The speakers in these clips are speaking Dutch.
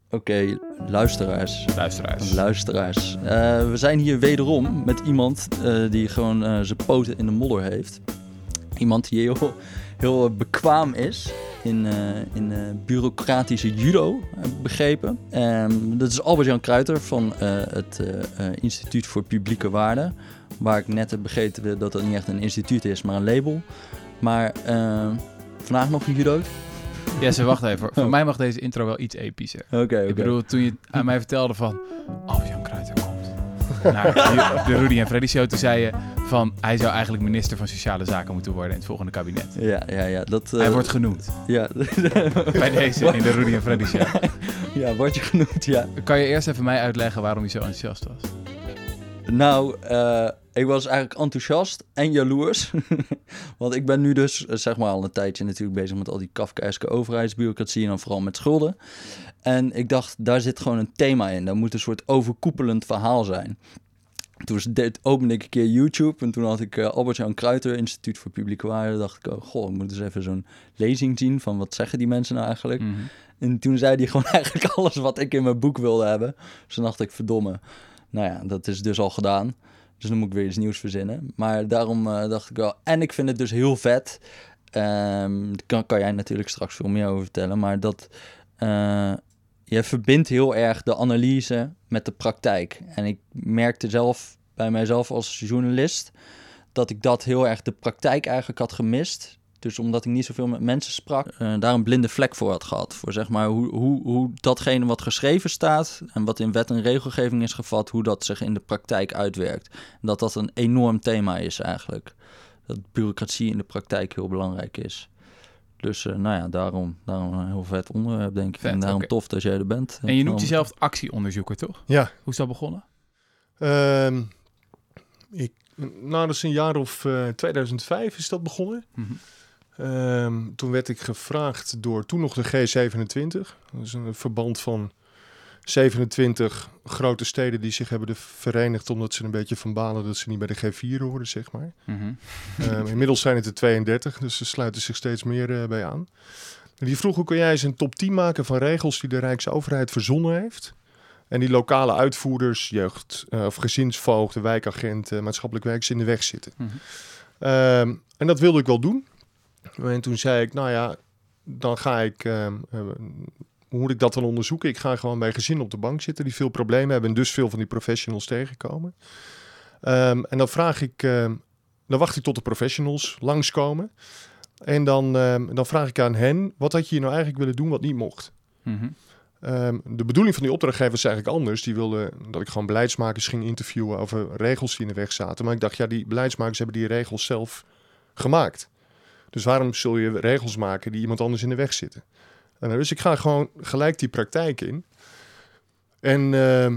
Oké, luisteraars. We zijn hier wederom met iemand die gewoon zijn poten in de modder heeft. Iemand die heel bekwaam is in bureaucratische judo, heb ik begrepen. Dat is Albert-Jan Kruiter van het Instituut voor Publieke Waarden. Waar ik net heb begrepen dat het niet echt een instituut is, maar een label. Maar vandaag nog judo. Jesse, wacht even. Voor mij mag deze intro wel iets epischer. Oké. Ik bedoel, toen je aan mij vertelde van... Albert-Jan Kruiter komt naar de Rudy en Freddy show. Toen zei je van... Hij zou eigenlijk minister van Sociale Zaken moeten worden in het volgende kabinet. Ja. Hij wordt genoemd. Ja. Bij deze in de Rudy en Freddy show. Ja, word je genoemd, ja. Kan je eerst even mij uitleggen waarom je zo enthousiast was? Nou, ik was eigenlijk enthousiast en jaloers. Want ik ben nu dus, zeg maar, al een tijdje natuurlijk bezig met al die Kafkaeske overheidsbureaucratie en dan vooral met schulden. En ik dacht, daar zit gewoon een thema in. Daar moet een soort overkoepelend verhaal zijn. Toen opende ik een keer YouTube en toen had ik Albert-Jan Kruiter, Instituut voor Publieke Waarden. Dacht ik, ik moet eens even zo'n lezing zien van wat zeggen die mensen nou eigenlijk. Mm-hmm. En toen zei hij gewoon eigenlijk alles wat ik in mijn boek wilde hebben. Dus dan dacht ik, verdomme. Nou ja, dat is dus al gedaan. Dus dan moet ik weer iets nieuws verzinnen. Maar daarom dacht ik wel... En ik vind het dus heel vet. Kan jij natuurlijk straks veel meer over vertellen. Maar dat... je verbindt heel erg de analyse met de praktijk. En ik merkte zelf bij mijzelf als journalist... dat ik dat heel erg de praktijk eigenlijk had gemist... Dus omdat ik niet zoveel met mensen sprak, daar een blinde vlek voor had gehad. Voor zeg maar hoe datgene wat geschreven staat en wat in wet en regelgeving is gevat, hoe dat zich in de praktijk uitwerkt. En dat een enorm thema is eigenlijk. Dat bureaucratie in de praktijk heel belangrijk is. Dus daarom een heel vet onderwerp, denk ik. En daarom tof dat jij er bent. En je noemt jezelf actieonderzoeker, toch? Ja. Hoe is dat begonnen? Dat is een jaar of 2005 is dat begonnen. Mm-hmm. Toen werd ik gevraagd door toen nog de G27. Dat is een verband van 27 grote steden die zich hebben verenigd... omdat ze een beetje van balen dat ze niet bij de G4 horen, zeg maar. Mm-hmm. Inmiddels zijn het er 32, dus ze sluiten zich steeds meer bij aan. En die vroeg, hoe kun jij eens een top 10 maken van regels die de Rijksoverheid verzonnen heeft... en die lokale uitvoerders, jeugd- of gezinsvoogden, wijkagenten, maatschappelijk werkers in de weg zitten. Mm-hmm. En dat wilde ik wel doen. En toen zei ik, dan ga ik... hoe moet ik dat dan onderzoeken? Ik ga gewoon bij gezinnen op de bank zitten die veel problemen hebben... en dus veel van die professionals tegenkomen. En dan wacht ik tot de professionals langskomen. En dan vraag ik aan hen, wat had je hier nou eigenlijk willen doen wat niet mocht? Mm-hmm. De bedoeling van die opdrachtgever was eigenlijk anders. Die wilden dat ik gewoon beleidsmakers ging interviewen over regels die in de weg zaten. Maar ik dacht, die beleidsmakers hebben die regels zelf gemaakt. Dus waarom zul je regels maken die iemand anders in de weg zitten? Dus ik ga gewoon gelijk die praktijk in. En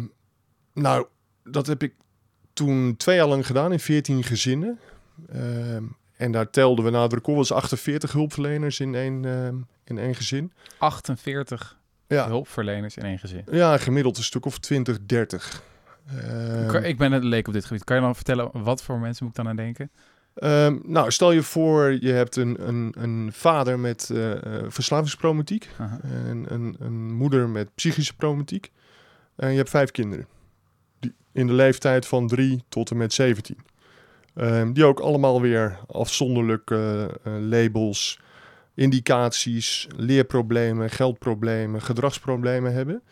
dat heb ik toen 2 jaar lang gedaan in 14 gezinnen. En daar telden we, het record was 48 hulpverleners in één gezin. 48 hulpverleners in één gezin? Ja, gemiddeld een stuk of 20, 30. Ik ben een leek op dit gebied. Kan je dan vertellen, wat voor mensen moet ik dan aan denken? Stel je voor, je hebt een vader met verslavingsproblematiek. En een moeder met psychische problematiek. En je hebt 5 kinderen. Die in de leeftijd van 3 tot en met 17. Die ook allemaal weer afzonderlijke labels, indicaties, leerproblemen, geldproblemen, gedragsproblemen hebben.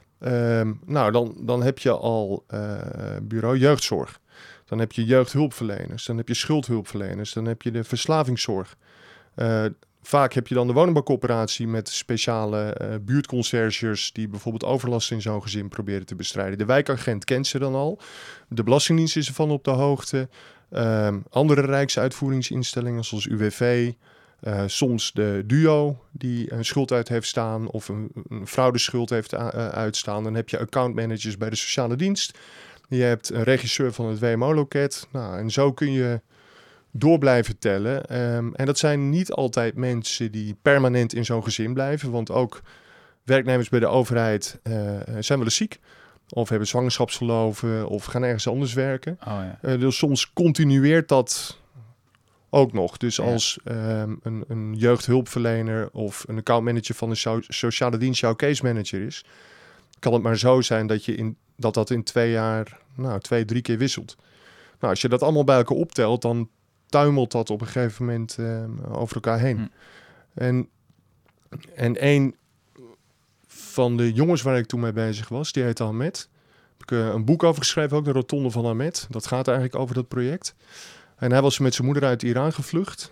Dan heb je al bureau jeugdzorg. Dan heb je jeugdhulpverleners, dan heb je schuldhulpverleners, dan heb je de verslavingszorg. Vaak heb je dan de woningbouwcoöperatie met speciale buurtconcierges die bijvoorbeeld overlast in zo'n gezin proberen te bestrijden. De wijkagent kent ze dan al. De Belastingdienst is ervan op de hoogte. Andere rijksuitvoeringsinstellingen zoals UWV. Soms de DUO die een schuld uit heeft staan of een fraudeschuld heeft uitstaan. Dan heb je accountmanagers bij de sociale dienst. Je hebt een regisseur van het WMO-loket. En zo kun je door blijven tellen. En dat zijn niet altijd mensen die permanent in zo'n gezin blijven. Want ook werknemers bij de overheid zijn wel eens ziek. Of hebben zwangerschapsverloven of gaan ergens anders werken. Oh, ja. Dus soms continueert dat ook nog. Dus als een jeugdhulpverlener of een accountmanager van de sociale dienst jouw case manager is... kan het maar zo zijn dat in 2 jaar 2-3 keer wisselt. Nou, als je dat allemaal bij elkaar optelt, dan tuimelt dat op een gegeven moment over elkaar heen. En een van de jongens waar ik toen mee bezig was, die heette Ahmed. Heb ik een boek over geschreven, ook de Rotonde van Ahmed. Dat gaat eigenlijk over dat project. En hij was met zijn moeder uit Iran gevlucht.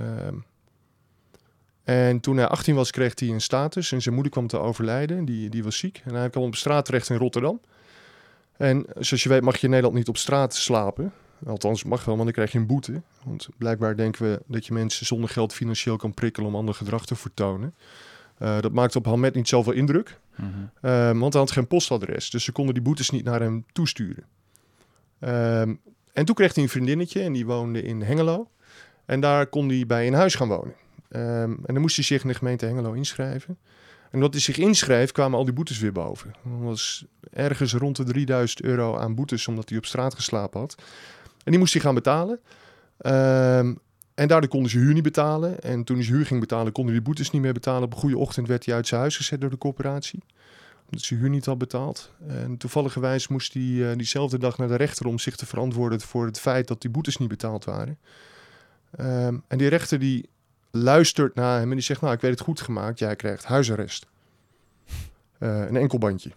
En toen hij 18 was, kreeg hij een status. En zijn moeder kwam te overlijden. Die was ziek. En hij kwam op straat terecht in Rotterdam. En zoals je weet mag je in Nederland niet op straat slapen. Althans, mag wel, want dan krijg je een boete. Want blijkbaar denken we dat je mensen zonder geld financieel kan prikkelen om ander gedrag te vertonen. Dat maakte op Ahmed niet zoveel indruk. Want hij had geen postadres. Dus ze konden die boetes niet naar hem toesturen. En toen kreeg hij een vriendinnetje en die woonde in Hengelo. En daar kon hij bij een huis gaan wonen. En dan moest hij zich in de gemeente Hengelo inschrijven. En omdat hij zich inschreef, kwamen al die boetes weer boven. Dat was ergens rond de €3000 aan boetes, omdat hij op straat geslapen had. En die moest hij gaan betalen. En daardoor konden ze huur niet betalen. En toen hij zijn huur ging betalen, konden die boetes niet meer betalen. Op een goede ochtend werd hij uit zijn huis gezet door de corporatie. Omdat ze huur niet had betaald. En toevalligerwijs moest hij diezelfde dag naar de rechter om zich te verantwoorden voor het feit dat die boetes niet betaald waren. En die rechter die luistert naar hem en die zegt, nou, ik weet het goed gemaakt. Jij krijgt huisarrest. Een enkelbandje.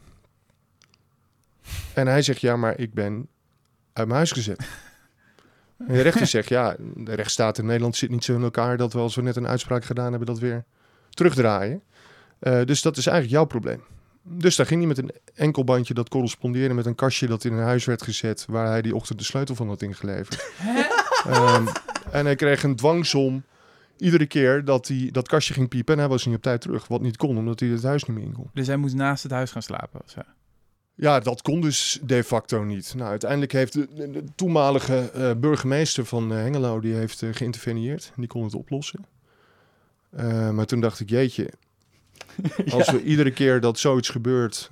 En hij zegt, ja, maar ik ben uit mijn huis gezet. En de rechter zegt, ja, de rechtsstaat in Nederland zit niet zo in elkaar dat we, als we net een uitspraak gedaan hebben, dat weer terugdraaien. Dus dat is eigenlijk jouw probleem. Dus daar ging hij met een enkelbandje dat correspondeerde met een kastje dat in een huis werd gezet, waar hij die ochtend de sleutel van had ingeleverd. En hij kreeg een dwangsom iedere keer dat hij dat kastje ging piepen en hij was niet op tijd terug. Wat niet kon, omdat hij het huis niet meer in kon. Dus hij moest naast het huis gaan slapen? Of zo. Ja, dat kon dus de facto niet. Nou, uiteindelijk heeft de toenmalige burgemeester van Hengelo, die heeft geïnterveneerd. Die kon het oplossen. Maar toen dacht ik, jeetje, als we iedere keer dat zoiets gebeurt,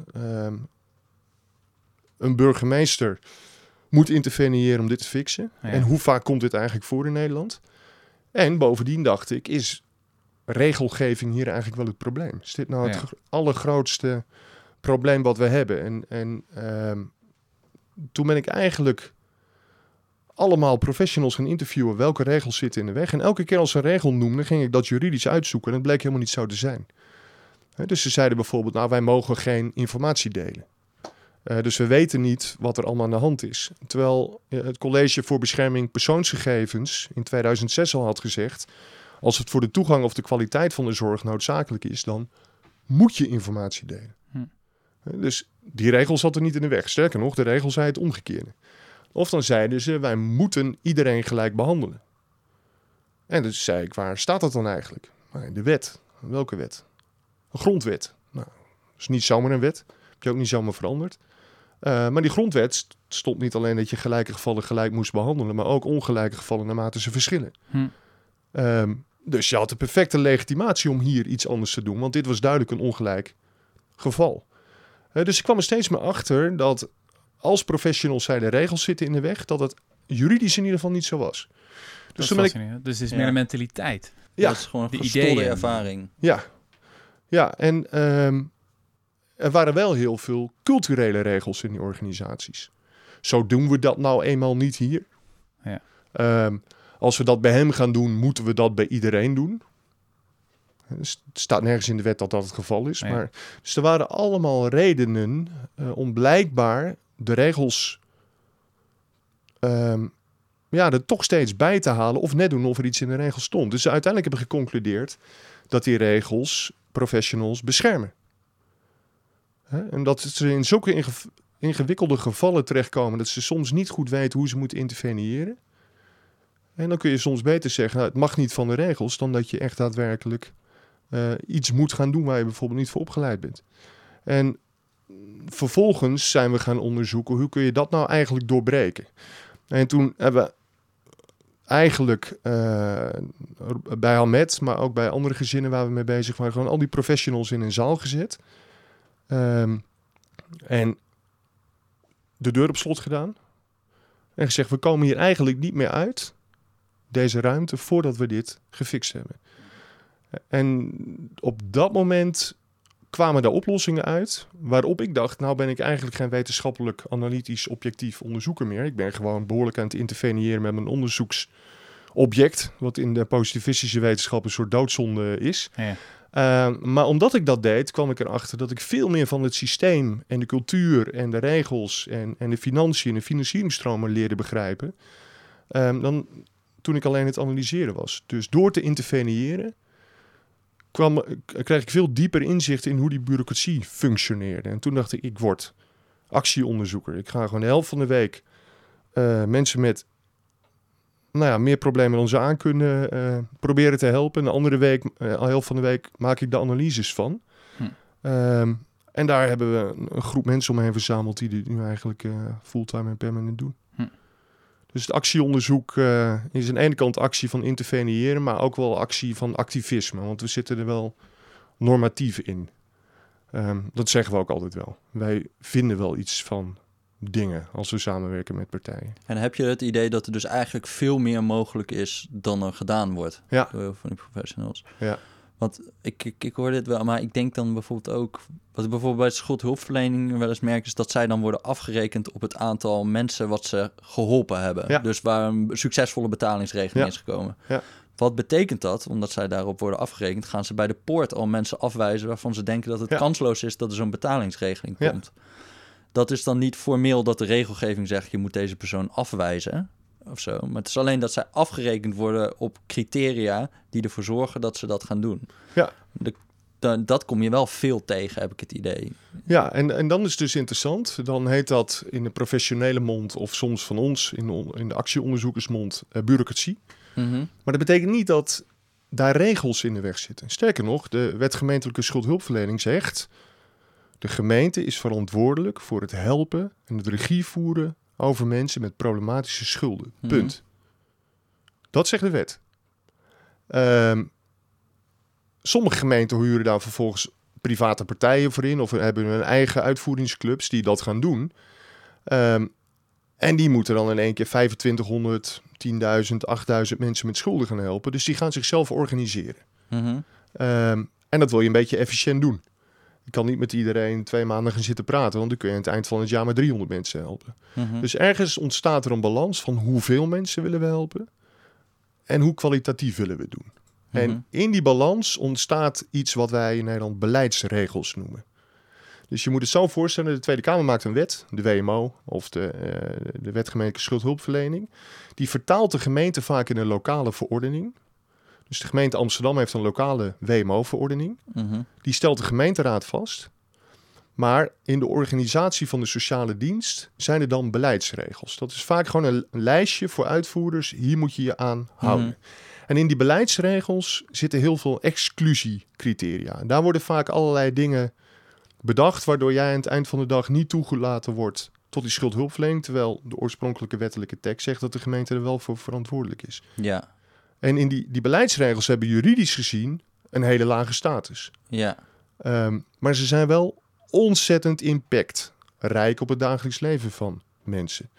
een burgemeester moet interveneren om dit te fixen. Ja. En hoe vaak komt dit eigenlijk voor in Nederland? En bovendien dacht ik, is regelgeving hier eigenlijk wel het probleem? Is dit nou het allergrootste probleem wat we hebben? En toen ben ik eigenlijk allemaal professionals gaan interviewen welke regels zitten in de weg. En elke keer als ze een regel noemde, ging ik dat juridisch uitzoeken. En het bleek helemaal niet zo te zijn. Dus ze zeiden bijvoorbeeld, nou, wij mogen geen informatie delen. Dus we weten niet wat er allemaal aan de hand is. Terwijl het College voor Bescherming Persoonsgegevens in 2006 al had gezegd, als het voor de toegang of de kwaliteit van de zorg noodzakelijk is, dan moet je informatie delen. Dus die regel zat er niet in de weg. Sterker nog, de regel zei het omgekeerde. Of dan zeiden ze, wij moeten iedereen gelijk behandelen. En dus zei ik, waar staat dat dan eigenlijk? Nou, in de wet. Welke wet? Een grondwet. Nou, dat is niet zomaar een wet. Heb je ook niet zomaar veranderd. Maar die grondwet stond niet alleen dat je gelijke gevallen gelijk moest behandelen, maar ook ongelijke gevallen naarmate ze verschillen. Dus je had de perfecte legitimatie om hier iets anders te doen, want dit was duidelijk een ongelijk geval. Dus ik kwam er steeds meer achter dat als professionals zeiden regels zitten in de weg, dat het juridisch in ieder geval niet zo was. Dus, dus het is meer een mentaliteit. Ja, dat is gewoon een gestoorde ervaring. Ja, en er waren wel heel veel culturele regels in die organisaties. Zo doen we dat nou eenmaal niet hier. Ja. Als we dat bij hem gaan doen, moeten we dat bij iedereen doen. Het staat nergens in de wet dat dat het geval is. Ja. Maar, dus er waren allemaal redenen om blijkbaar de regels er toch steeds bij te halen of net doen of er iets in de regels stond. Dus uiteindelijk hebben we geconcludeerd dat die regels professionals beschermen. En dat ze in zulke ingewikkelde gevallen terechtkomen dat ze soms niet goed weten hoe ze moeten interveneren. En dan kun je soms beter zeggen, nou, het mag niet van de regels, dan dat je echt daadwerkelijk iets moet gaan doen waar je bijvoorbeeld niet voor opgeleid bent. En vervolgens zijn we gaan onderzoeken, hoe kun je dat nou eigenlijk doorbreken? En toen hebben we eigenlijk bij Ahmed, maar ook bij andere gezinnen waar we mee bezig waren, gewoon al die professionals in een zaal gezet. En de deur op slot gedaan. En gezegd, we komen hier eigenlijk niet meer uit, deze ruimte, voordat we dit gefixt hebben. En op dat moment kwamen daar oplossingen uit, waarop ik dacht, nou ben ik eigenlijk geen wetenschappelijk, analytisch, objectief onderzoeker meer. Ik ben gewoon behoorlijk aan het interveneren met mijn onderzoeksobject, wat in de positivistische wetenschap een soort doodzonde is. Ja. Maar omdat ik dat deed, kwam ik erachter dat ik veel meer van het systeem en de cultuur en de regels en de financiën en de financieringsstromen leerde begrijpen, dan toen ik alleen het analyseren was. Dus door te interveneren kreeg ik veel dieper inzicht in hoe die bureaucratie functioneerde. En toen dacht ik word actieonderzoeker. Ik ga gewoon de helft van de week mensen met meer problemen dan ze aan kunnen proberen te helpen. En de andere week, de helft van de week, maak ik de analyses van. En daar hebben we een groep mensen omheen verzameld die dit nu eigenlijk fulltime en permanent doen. Dus het actieonderzoek is aan de ene kant actie van interveneren, maar ook wel actie van activisme. Want we zitten er wel normatief in. Dat zeggen we ook altijd wel. Wij vinden wel iets van dingen als we samenwerken met partijen. En heb je het idee dat er dus eigenlijk veel meer mogelijk is dan er gedaan wordt door heel veel van die professionals? Ja. Want ik hoor dit wel, maar ik denk dan bijvoorbeeld ook, wat ik bijvoorbeeld bij de schuldhulpverlening wel eens merk, is dat zij dan worden afgerekend op het aantal mensen wat ze geholpen hebben. Ja. Dus waar een succesvolle betalingsregeling is gekomen. Ja. Wat betekent dat? Omdat zij daarop worden afgerekend, gaan ze bij de poort al mensen afwijzen waarvan ze denken dat het kansloos is dat er zo'n betalingsregeling komt. Dat is dan niet formeel dat de regelgeving zegt, je moet deze persoon afwijzen of zo. Maar het is alleen dat zij afgerekend worden op criteria die ervoor zorgen dat ze dat gaan doen. Ja. Dat kom je wel veel tegen, heb ik het idee. Ja, en dan is het dus interessant. Dan heet dat in de professionele mond of soms van ons in de actieonderzoekersmond bureaucratie. Maar dat betekent niet dat daar regels in de weg zitten. Sterker nog, de wet gemeentelijke schuldhulpverlening zegt, de gemeente is verantwoordelijk voor het helpen en het regie voeren over mensen met problematische schulden. Punt. Dat zegt de wet. Sommige gemeenten huren daar vervolgens private partijen voor in of hebben hun eigen uitvoeringsclubs die dat gaan doen. En die moeten dan in één keer 2500, 10.000, 8.000 mensen met schulden gaan helpen. Dus die gaan zichzelf organiseren. En dat wil je een beetje efficiënt doen. Je kan niet met iedereen 2 maanden gaan zitten praten, want dan kun je aan het eind van het jaar maar 300 mensen helpen. Dus ergens ontstaat er een balans van hoeveel mensen willen we helpen en hoe kwalitatief willen we het doen. En in die balans ontstaat iets wat wij in Nederland beleidsregels noemen. Dus je moet het zo voorstellen, de Tweede Kamer maakt een wet, de WMO of de wet gemeentelijke schuldhulpverlening. Die vertaalt de gemeente vaak in een lokale verordening. Dus de gemeente Amsterdam heeft een lokale WMO-verordening. Die stelt de gemeenteraad vast. Maar in de organisatie van de sociale dienst zijn er dan beleidsregels. Dat is vaak gewoon een lijstje voor uitvoerders. Hier moet je je aan houden. En in die beleidsregels zitten heel veel exclusiecriteria. Daar worden vaak allerlei dingen bedacht, waardoor jij aan het eind van de dag niet toegelaten wordt tot die schuldhulpverlening, terwijl de oorspronkelijke wettelijke tekst zegt dat de gemeente er wel voor verantwoordelijk is. Ja. En in die beleidsregels hebben juridisch gezien een hele lage status. Ja. Maar ze zijn wel ontzettend impactrijk op het dagelijks leven van mensen.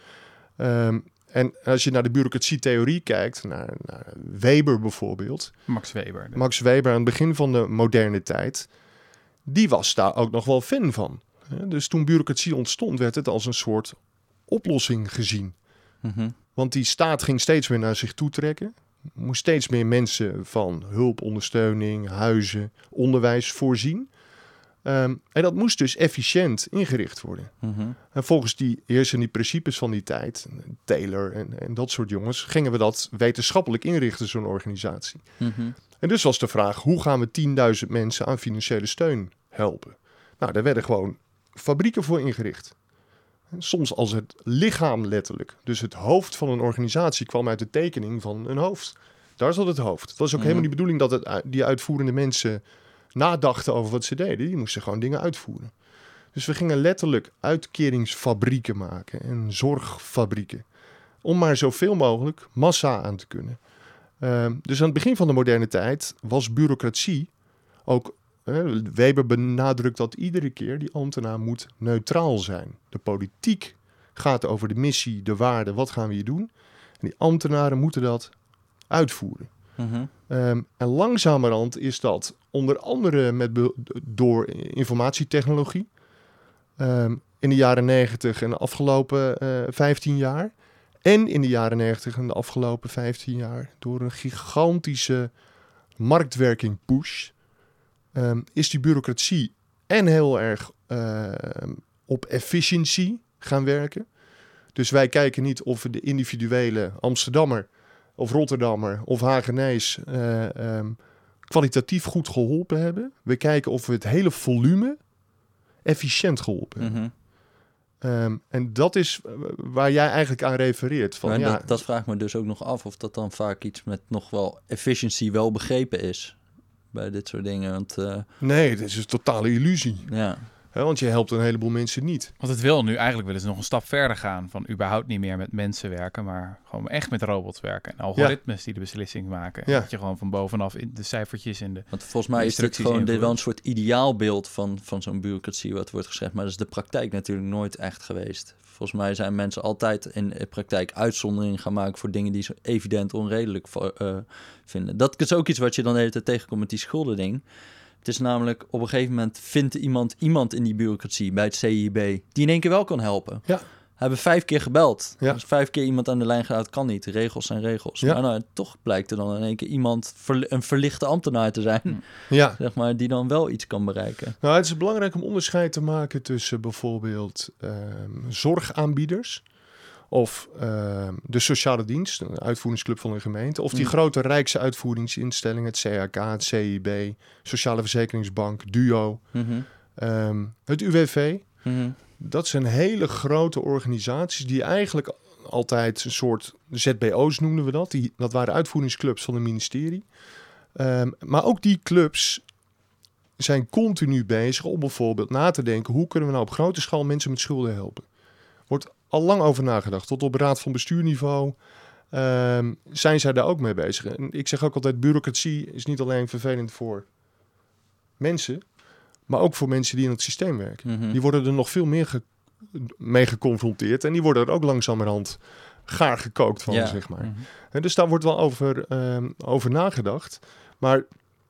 En als je naar de bureaucratietheorie kijkt, naar Weber bijvoorbeeld. Max Weber. Max Weber aan het begin van de moderne tijd, die was daar ook nog wel fan van. Dus toen bureaucratie ontstond, werd het als een soort oplossing gezien. Want die staat ging steeds meer naar zich toe trekken. Moest steeds meer mensen van hulp, ondersteuning, huizen, onderwijs voorzien. En dat moest dus efficiënt ingericht worden. En volgens die heersende principes van die tijd, Taylor en dat soort jongens, gingen we dat wetenschappelijk inrichten, zo'n organisatie. En dus was de vraag, hoe gaan we 10.000 mensen aan financiële steun helpen? Nou, daar werden gewoon fabrieken voor ingericht. Soms als het lichaam letterlijk. Dus het hoofd van een organisatie kwam uit de tekening van een hoofd. Daar zat het hoofd. Het was ook helemaal niet de bedoeling dat die uitvoerende mensen nadachten over wat ze deden. Die moesten gewoon dingen uitvoeren. Dus we gingen letterlijk uitkeringsfabrieken maken en zorgfabrieken. Om maar zoveel mogelijk massa aan te kunnen. Dus aan het begin van de moderne tijd was bureaucratie ook... Weber benadrukt dat iedere keer, die ambtenaar moet neutraal zijn. De politiek gaat over de missie, de waarden, wat gaan we hier doen. En die ambtenaren moeten dat uitvoeren. En langzamerhand is dat onder andere door informatietechnologie. In de jaren 90 en de afgelopen 15 jaar. En in de jaren 90 en de afgelopen 15 jaar door een gigantische marktwerking push. Is die bureaucratie en heel erg op efficiëntie gaan werken. Dus wij kijken niet of we de individuele Amsterdammer of Rotterdammer of Hagenees kwalitatief goed geholpen hebben. We kijken of we het hele volume efficiënt geholpen hebben. En dat is waar jij eigenlijk aan refereert. Van, dat vraagt me dus ook nog af of dat dan vaak iets met nog wel efficiëntie wel begrepen is bij dit soort dingen. Want, nee, dat is een totale illusie. Ja. Want je helpt een heleboel mensen niet. Want het wil nu eigenlijk willen ze nog een stap verder gaan. Van überhaupt niet meer met mensen werken, maar gewoon echt met robots werken. En algoritmes die de beslissing maken. Ja. Dat je gewoon van bovenaf in de cijfertjes in de Want volgens mij is dit gewoon wel een soort ideaalbeeld van zo'n bureaucratie wat wordt gezegd. Maar dat is de praktijk natuurlijk nooit echt geweest. Volgens mij zijn mensen altijd in de praktijk uitzonderingen gaan maken voor dingen die ze evident onredelijk vinden. Dat is ook iets wat je dan de hele tijd tegenkomt met die schuldending. Het is namelijk, op een gegeven moment vindt iemand in die bureaucratie bij het CIB die in één keer wel kan helpen. Ja. Hebben 5 keer gebeld. Ja. Dus 5 keer iemand aan de lijn gehaald, kan niet. Regels zijn regels. Ja. Maar toch blijkt er dan in één keer iemand, een verlichte ambtenaar te zijn. Ja. Zeg maar, die dan wel iets kan bereiken. Nou, het is belangrijk om onderscheid te maken tussen bijvoorbeeld zorgaanbieders. Of de sociale dienst, een uitvoeringsclub van een gemeente. Of die grote rijkse uitvoeringsinstellingen, het CAK, het CIB, Sociale Verzekeringsbank, DUO, het UWV. Dat zijn hele grote organisaties die eigenlijk altijd een soort ZBO's noemden we dat. Dat waren uitvoeringsclubs van het ministerie. Maar ook die clubs zijn continu bezig om bijvoorbeeld na te denken, hoe kunnen we nou op grote schaal mensen met schulden helpen? Wordt al lang over nagedacht. Tot op raad van bestuurniveau zijn zij daar ook mee bezig. En ik zeg ook altijd, bureaucratie is niet alleen vervelend voor mensen, maar ook voor mensen die in het systeem werken. Die worden er nog veel meer mee geconfronteerd en die worden er ook langzamerhand gaar gekookt van, zeg maar. En dus daar wordt wel over nagedacht. Maar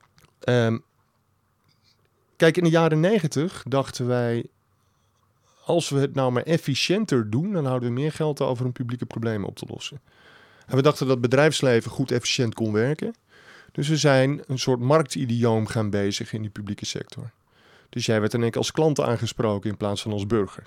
kijk, in de jaren 90 dachten wij, als we het nou maar efficiënter doen, dan houden we meer geld over om publieke problemen op te lossen. En we dachten dat het bedrijfsleven goed efficiënt kon werken. Dus we zijn een soort marktidioom gaan bezigen in die publieke sector. Dus jij werd in één keer als klant aangesproken in plaats van als burger.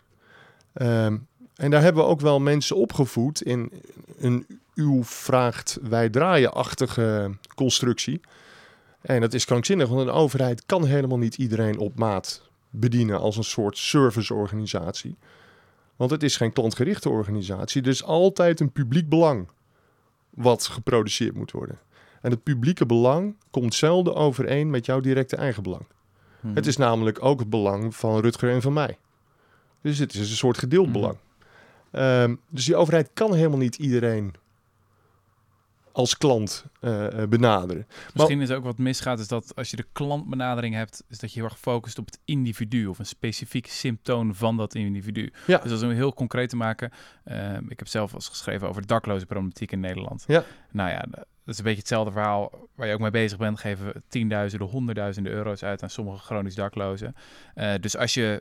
En daar hebben we ook wel mensen opgevoed in een uw vraagt wij draaien-achtige constructie. En dat is krankzinnig, want een overheid kan helemaal niet iedereen op maat bedienen als een soort serviceorganisatie. Want het is geen klantgerichte organisatie. Er is altijd een publiek belang wat geproduceerd moet worden. En het publieke belang komt zelden overeen met jouw directe eigenbelang. Het is namelijk ook het belang van Rutger en van mij. Dus het is een soort gedeeld belang. Dus die overheid kan helemaal niet iedereen als klant benaderen. Misschien is ook wat misgaat, is dat als je de klantbenadering hebt, is dat je heel erg focust op het individu of een specifiek symptoom van dat individu. Ja. Dus dat is om heel concreet te maken. Ik heb zelf eens geschreven over de dakloze problematiek in Nederland. Ja. Nou ja, dat is een beetje hetzelfde verhaal waar je ook mee bezig bent. Geven tienduizenden, honderdduizenden euro's uit aan sommige chronisch daklozen. Dus als je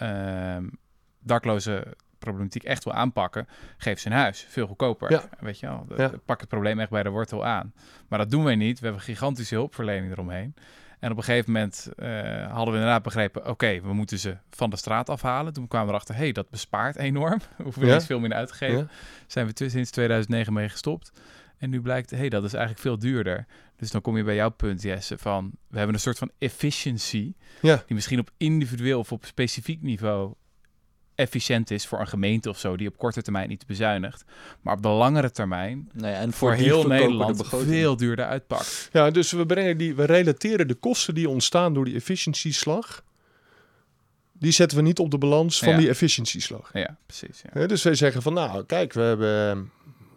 dakloze problematiek echt wil aanpakken, geef ze een huis. Veel goedkoper. Ja. Weet je wel, pak het probleem echt bij de wortel aan. Maar dat doen wij niet. We hebben gigantische hulpverlening eromheen. En op een gegeven moment hadden we inderdaad begrepen, oké, we moeten ze van de straat afhalen. Toen kwamen we erachter, dat bespaart enorm. Hoeven we niet veel meer uit te geven. Ja. Zijn we sinds 2009 mee gestopt. En nu blijkt, dat is eigenlijk veel duurder. Dus dan kom je bij jouw punt, Jesse, van we hebben een soort van efficiency, die misschien op individueel of op specifiek niveau efficiënt is voor een gemeente of zo, die op korte termijn niet bezuinigt, maar op de langere termijn en voor heel Nederland veel duurder uitpakt. Ja, dus we relateren de kosten die ontstaan door die efficiëntieslag, die zetten we niet op de balans van die efficiëntieslag. Ja, precies. Ja. Dus wij zeggen van, nou, kijk, we hebben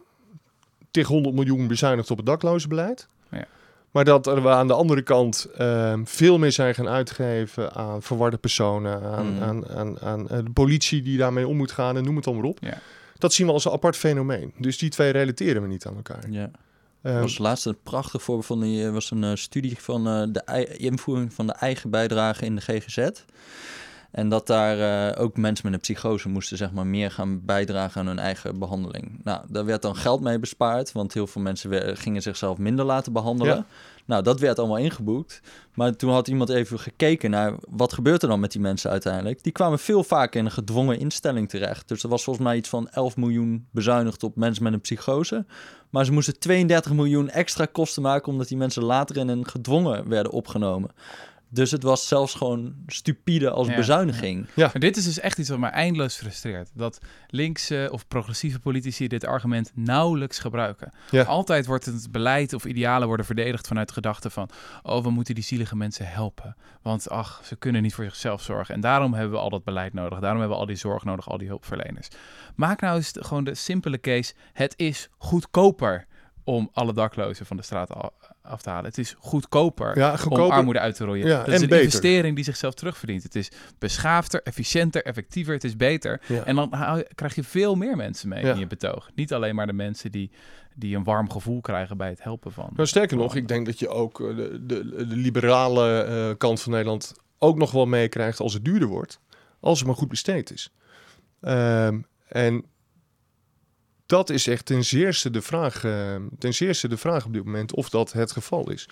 100 miljoen bezuinigd op het daklozenbeleid. Ja. Maar dat we aan de andere kant veel meer zijn gaan uitgeven aan verwarde personen, aan de politie die daarmee om moet gaan en noem het dan maar op. Ja. Dat zien we als een apart fenomeen. Dus die twee relateren we niet aan elkaar. Ja. was laatst een prachtig voorbeeld van was een studie van de invoering van de eigen bijdrage in de GGZ. En dat daar ook mensen met een psychose moesten zeg maar meer gaan bijdragen aan hun eigen behandeling. Nou, daar werd dan geld mee bespaard, want heel veel mensen gingen zichzelf minder laten behandelen. Ja. Nou, dat werd allemaal ingeboekt. Maar toen had iemand even gekeken naar wat gebeurt er dan met die mensen uiteindelijk. Die kwamen veel vaker in een gedwongen instelling terecht. Dus er was volgens mij iets van 11 miljoen bezuinigd op mensen met een psychose. Maar ze moesten 32 miljoen extra kosten maken omdat die mensen later in een gedwongen werden opgenomen. Dus het was zelfs gewoon stupide als bezuiniging. Ja. Maar dit is dus echt iets wat mij eindeloos frustreert. Dat linkse of progressieve politici dit argument nauwelijks gebruiken. Ja. Altijd wordt het beleid of idealen worden verdedigd vanuit de gedachte van... we moeten die zielige mensen helpen. Want ze kunnen niet voor zichzelf zorgen. En daarom hebben we al dat beleid nodig. Daarom hebben we al die zorg nodig, al die hulpverleners. Maak nou eens gewoon de simpele case. Het is goedkoper om alle daklozen van de straat af te halen. Het is goedkoper om armoede uit te roeien. Ja, dat is een investering die zichzelf terugverdient. Het is beschaafder, efficiënter, effectiever. Het is beter. Ja. En dan krijg je veel meer mensen mee in je betoog. Niet alleen maar de mensen die een warm gevoel krijgen bij het helpen van. Nou, sterker nog, ik denk dat je ook de liberale kant van Nederland ook nog wel meekrijgt als het duurder wordt. Als het maar goed besteed is. En dat is echt ten zeerste de vraag op dit moment of dat het geval is.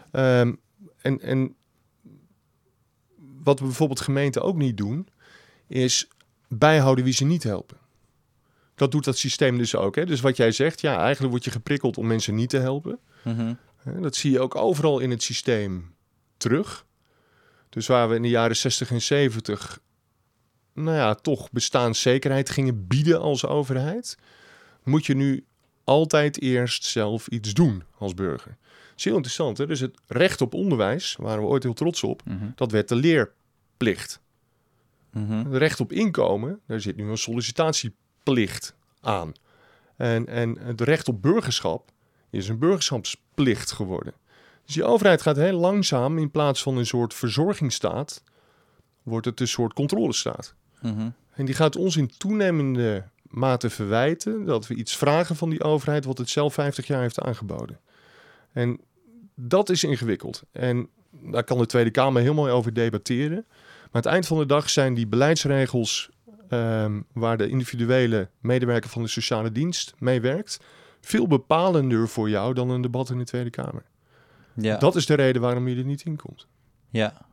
En wat we bijvoorbeeld gemeenten ook niet doen, is bijhouden wie ze niet helpen. Dat doet dat systeem dus ook. Hè? Dus wat jij zegt, eigenlijk word je geprikkeld om mensen niet te helpen. Mm-hmm. Dat zie je ook overal in het systeem terug. Dus waar we in de jaren 60 en 70... toch bestaanszekerheid gingen bieden als overheid, moet je nu altijd eerst zelf iets doen als burger. Dat is heel interessant. Hè? Dus het recht op onderwijs, waar we ooit heel trots op, dat werd de leerplicht. Het recht op inkomen, daar zit nu een sollicitatieplicht aan. En het recht op burgerschap is een burgerschapsplicht geworden. Dus die overheid gaat heel langzaam, in plaats van een soort verzorgingsstaat, wordt het een soort controlestaat. En die gaat ons in toenemende mate verwijten dat we iets vragen van die overheid wat het zelf 50 jaar heeft aangeboden. En dat is ingewikkeld. En daar kan de Tweede Kamer heel mooi over debatteren. Maar aan het eind van de dag zijn die beleidsregels waar de individuele medewerker van de sociale dienst mee werkt, veel bepalender voor jou dan een debat in de Tweede Kamer. Ja. Dat is de reden waarom je er niet in komt. Ja.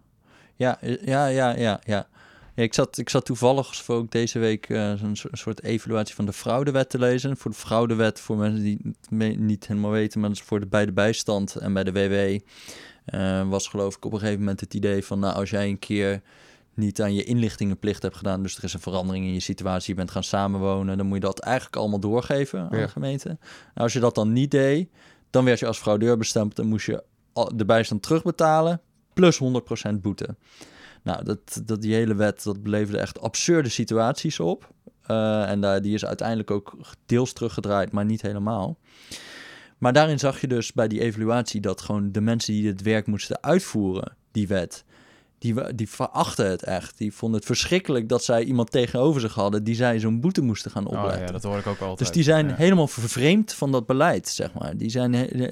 Ik zat toevallig ook deze week een soort evaluatie van de fraudewet te lezen. Voor de fraudewet, voor mensen die het niet helemaal weten, maar dat is bij de bijstand en bij de WW was geloof ik op een gegeven moment het idee van, als jij een keer niet aan je inlichtingenplicht hebt gedaan, dus er is een verandering in je situatie, je bent gaan samenwonen, dan moet je dat eigenlijk allemaal doorgeven aan de gemeente. Nou, als je dat dan niet deed, dan werd je als fraudeur bestempeld en moest je de bijstand terugbetalen plus 100% boete. Nou, die hele wet, dat beleverde echt absurde situaties op. En die is uiteindelijk ook deels teruggedraaid, maar niet helemaal. Maar daarin zag je dus bij die evaluatie dat gewoon de mensen die het werk moesten uitvoeren, die wet, die verachten het echt. Die vonden het verschrikkelijk dat zij iemand tegenover zich hadden die zij zo'n boete moesten gaan opleggen. Ja, dat hoor ik ook altijd. Dus die zijn helemaal vervreemd van dat beleid, zeg maar. Die zijn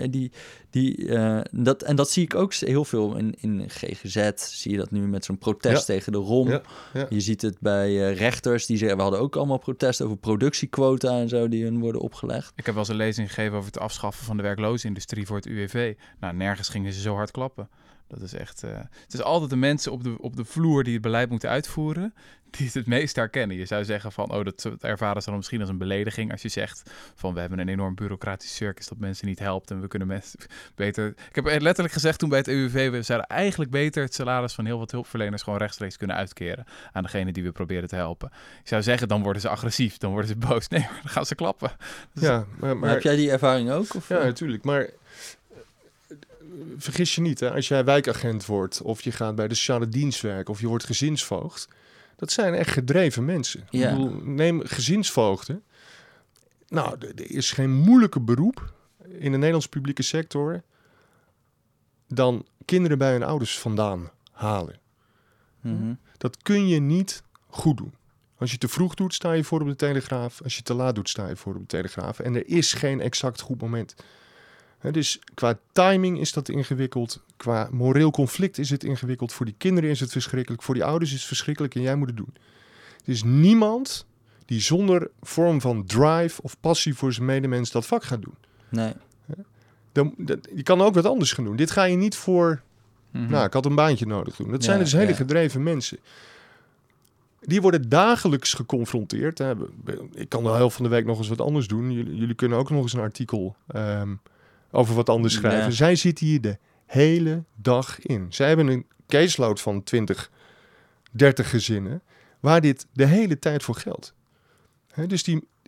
dat zie ik ook heel veel in GGZ. Zie je dat nu met zo'n protest tegen de ROM. Ja. Je ziet het bij rechters die zeggen, we hadden ook allemaal protest over productiequota en zo die hun worden opgelegd. Ik heb wel eens een lezing gegeven over het afschaffen van de werklozenindustrie voor het UWV. Nou, nergens gingen ze zo hard klappen. Dat is echt. Het is altijd de mensen op de vloer die het beleid moeten uitvoeren, die het meest herkennen. Je zou zeggen van, dat ervaren ze dan misschien als een belediging als je zegt van, we hebben een enorm bureaucratisch circus dat mensen niet helpt en we kunnen mensen beter. Ik heb letterlijk gezegd toen bij het EUV, we zouden eigenlijk beter het salaris van heel wat hulpverleners gewoon rechtstreeks kunnen uitkeren aan degene die we proberen te helpen. Ik zou zeggen, dan worden ze agressief, dan worden ze boos. Nee, dan gaan ze klappen. Dus maar heb jij die ervaring ook? Of? Ja, natuurlijk. Maar vergis je niet, hè? Als jij wijkagent wordt of je gaat bij de sociale dienst werken of je wordt gezinsvoogd, dat zijn echt gedreven mensen. Ja. Ik bedoel, neem gezinsvoogden. Nou, er is geen moeilijker beroep in de Nederlandse publieke sector dan kinderen bij hun ouders vandaan halen. Mm-hmm. Dat kun je niet goed doen. Als je te vroeg doet, sta je voor op de Telegraaf. Als je te laat doet, sta je voor op de Telegraaf. En er is geen exact goed moment. Dus qua timing is dat ingewikkeld. Qua moreel conflict is het ingewikkeld. Voor die kinderen is het verschrikkelijk. Voor die ouders is het verschrikkelijk en jij moet het doen. Er is niemand die zonder vorm van drive of passie voor zijn medemens dat vak gaat doen. Nee. Je kan ook wat anders gaan doen. Dit ga je niet voor... Nou, ik had een baantje nodig doen. Dat zijn dus hele gedreven mensen. Die worden dagelijks geconfronteerd. Ik kan de helft van de week nog eens wat anders doen. Jullie kunnen ook nog eens een artikel over wat anders schrijven. Ja. Zij zitten hier de hele dag in. Zij hebben een caseload van 20, 30 gezinnen... waar dit de hele tijd voor geldt. Dus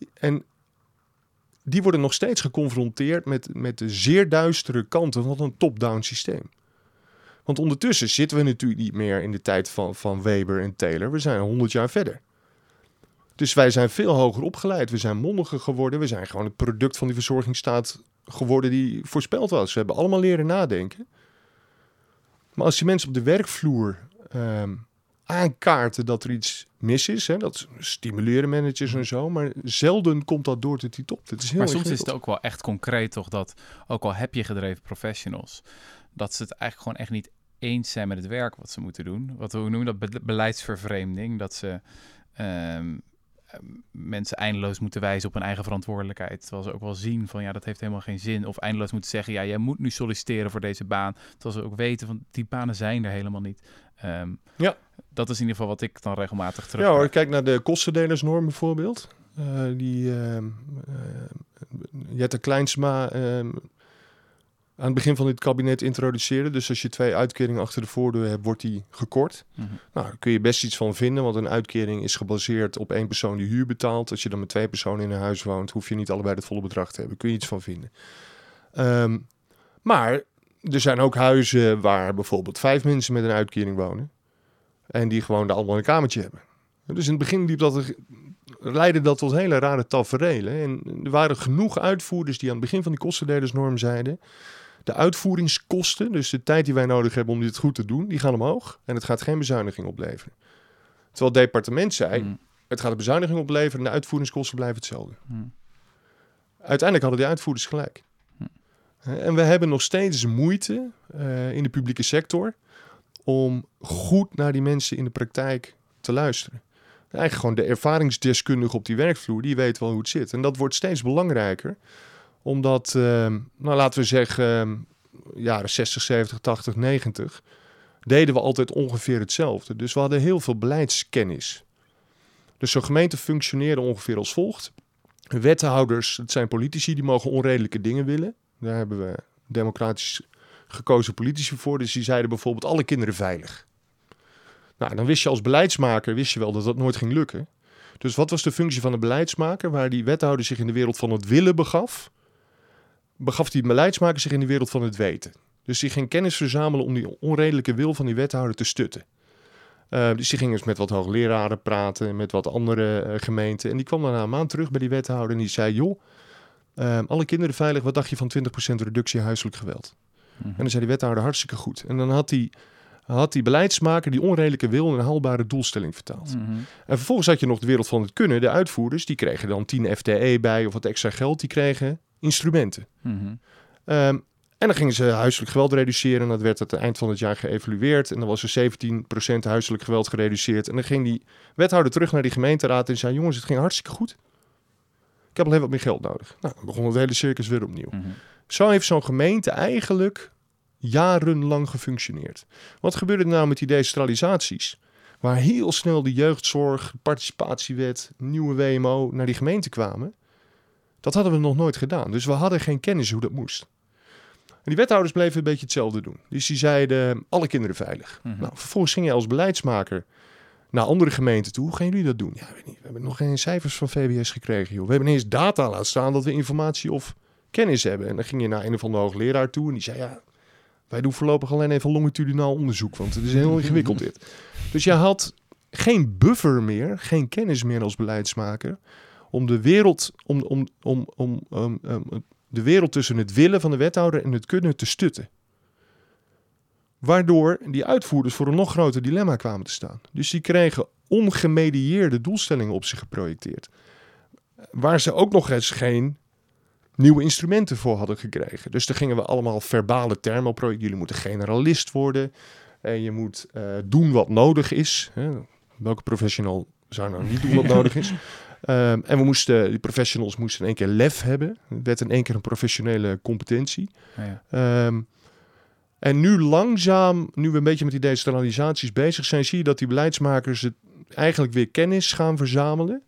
die worden nog steeds geconfronteerd met de zeer duistere kanten van een top-down systeem. Want ondertussen zitten we natuurlijk niet meer in de tijd van Weber en Taylor. We zijn 100 jaar verder. Dus wij zijn veel hoger opgeleid. We zijn mondiger geworden. We zijn gewoon het product van die verzorgingsstaat geworden die voorspeld was. We hebben allemaal leren nadenken. Maar als die mensen op de werkvloer aankaarten dat er iets mis is, dat stimuleren managers en zo, maar zelden komt dat door tot die top. Dat is heel maar soms is het ook wel echt concreet toch dat, ook al heb je gedreven professionals, dat ze het eigenlijk gewoon echt niet eens zijn met het werk wat ze moeten doen. Hoe noemen we dat? Beleidsvervreemding. Dat ze mensen eindeloos moeten wijzen op hun eigen verantwoordelijkheid. Terwijl ze ook wel zien van dat heeft helemaal geen zin. Of eindeloos moeten zeggen, jij moet nu solliciteren voor deze baan. Terwijl ze ook weten van die banen zijn er helemaal niet. Dat is in ieder geval wat ik dan regelmatig terug. Ja hoor, kijk naar de kostendelersnorm bijvoorbeeld. Jette Kleinsma aan het begin van dit kabinet introduceerde. Dus als je 2 uitkeringen achter de voordeur hebt, wordt die gekort. Mm-hmm. Nou, daar kun je best iets van vinden, want een uitkering is gebaseerd op 1 persoon die huur betaalt. Als je dan met 2 personen in een huis woont, hoef je niet allebei het volle bedrag te hebben. Kun je iets van vinden. Maar er zijn ook huizen waar bijvoorbeeld 5 mensen met een uitkering wonen. En die gewoon allemaal een kamertje hebben. Dus in het begin leidde dat tot hele rare taferelen. En er waren genoeg uitvoerders die aan het begin van die kostendelersnorm zeiden, de uitvoeringskosten, dus de tijd die wij nodig hebben om dit goed te doen, die gaan omhoog. En het gaat geen bezuiniging opleveren. Terwijl het departement zei, het gaat een bezuiniging opleveren en de uitvoeringskosten blijven hetzelfde. Uiteindelijk hadden die uitvoerders gelijk. En we hebben nog steeds moeite in de publieke sector om goed naar die mensen in de praktijk te luisteren. Eigenlijk gewoon de ervaringsdeskundige op die werkvloer, die weet wel hoe het zit. En dat wordt steeds belangrijker, omdat, laten we zeggen, jaren 60, 70, 80, 90, deden we altijd ongeveer hetzelfde. Dus we hadden heel veel beleidskennis. Dus zo'n gemeente functioneerde ongeveer als volgt. Wethouders, het zijn politici, die mogen onredelijke dingen willen. Daar hebben we democratisch gekozen politici voor. Dus die zeiden bijvoorbeeld alle kinderen veilig. Nou, dan wist je als beleidsmaker wel dat dat nooit ging lukken. Dus wat was de functie van een beleidsmaker? Waar die wethouder zich in de wereld van het willen begaf die beleidsmaker zich in de wereld van het weten. Dus die ging kennis verzamelen om die onredelijke wil van die wethouder te stutten. Dus die ging eens met wat hoogleraren praten, met wat andere gemeenten. En die kwam dan na een maand terug bij die wethouder en die zei, joh, alle kinderen veilig, wat dacht je van 20% reductie huiselijk geweld? En dan zei die wethouder hartstikke goed. En dan had die beleidsmaker die onredelijke wil in een haalbare doelstelling vertaald. En vervolgens had je nog de wereld van het kunnen. De uitvoerders, die kregen dan 10 FTE bij of wat extra geld. Die kregen instrumenten. En dan gingen ze huiselijk geweld reduceren. En dat werd aan het eind van het jaar geëvalueerd. En dan was er 17% huiselijk geweld gereduceerd. En dan ging die wethouder terug naar die gemeenteraad en zei, jongens, het ging hartstikke goed. Ik heb alleen wat meer geld nodig. Nou, dan begon het hele circus weer opnieuw. Zo heeft zo'n gemeente eigenlijk jarenlang gefunctioneerd. Wat gebeurde er nou met die decentralisaties? Waar heel snel de jeugdzorg, de participatiewet, nieuwe WMO naar die gemeente kwamen. Dat hadden we nog nooit gedaan. Dus we hadden geen kennis hoe dat moest. En die wethouders bleven een beetje hetzelfde doen. Dus die zeiden, alle kinderen veilig. Nou, vervolgens ging je als beleidsmaker naar andere gemeenten toe. Hoe gaan jullie dat doen? Ja, weet niet. We hebben nog geen cijfers van VWS gekregen, joh. We hebben ineens data laten staan dat we informatie of kennis hebben. En dan ging je naar een of andere hoogleraar toe en die zei, ja, wij doen voorlopig alleen even longitudinaal onderzoek, want het is heel ingewikkeld dit. Dus je had geen buffer meer, geen kennis meer als beleidsmaker om de wereld, de wereld tussen het willen van de wethouder en het kunnen te stutten. Waardoor die uitvoerders voor een nog groter dilemma kwamen te staan. Dus die kregen ongemedieerde doelstellingen op zich geprojecteerd. Waar ze ook nog eens geen nieuwe instrumenten voor hadden gekregen. Dus daar gingen we allemaal verbale termen op. Jullie moeten generalist worden. En je moet doen wat nodig is. Hè? Welke professional zou nou niet doen wat nodig is? En die professionals moesten in één keer lef hebben. Het werd in één keer een professionele competentie. Ja. En nu langzaam, nu we een beetje met die decentralisaties bezig zijn, zie je dat die beleidsmakers het eigenlijk weer kennis gaan verzamelen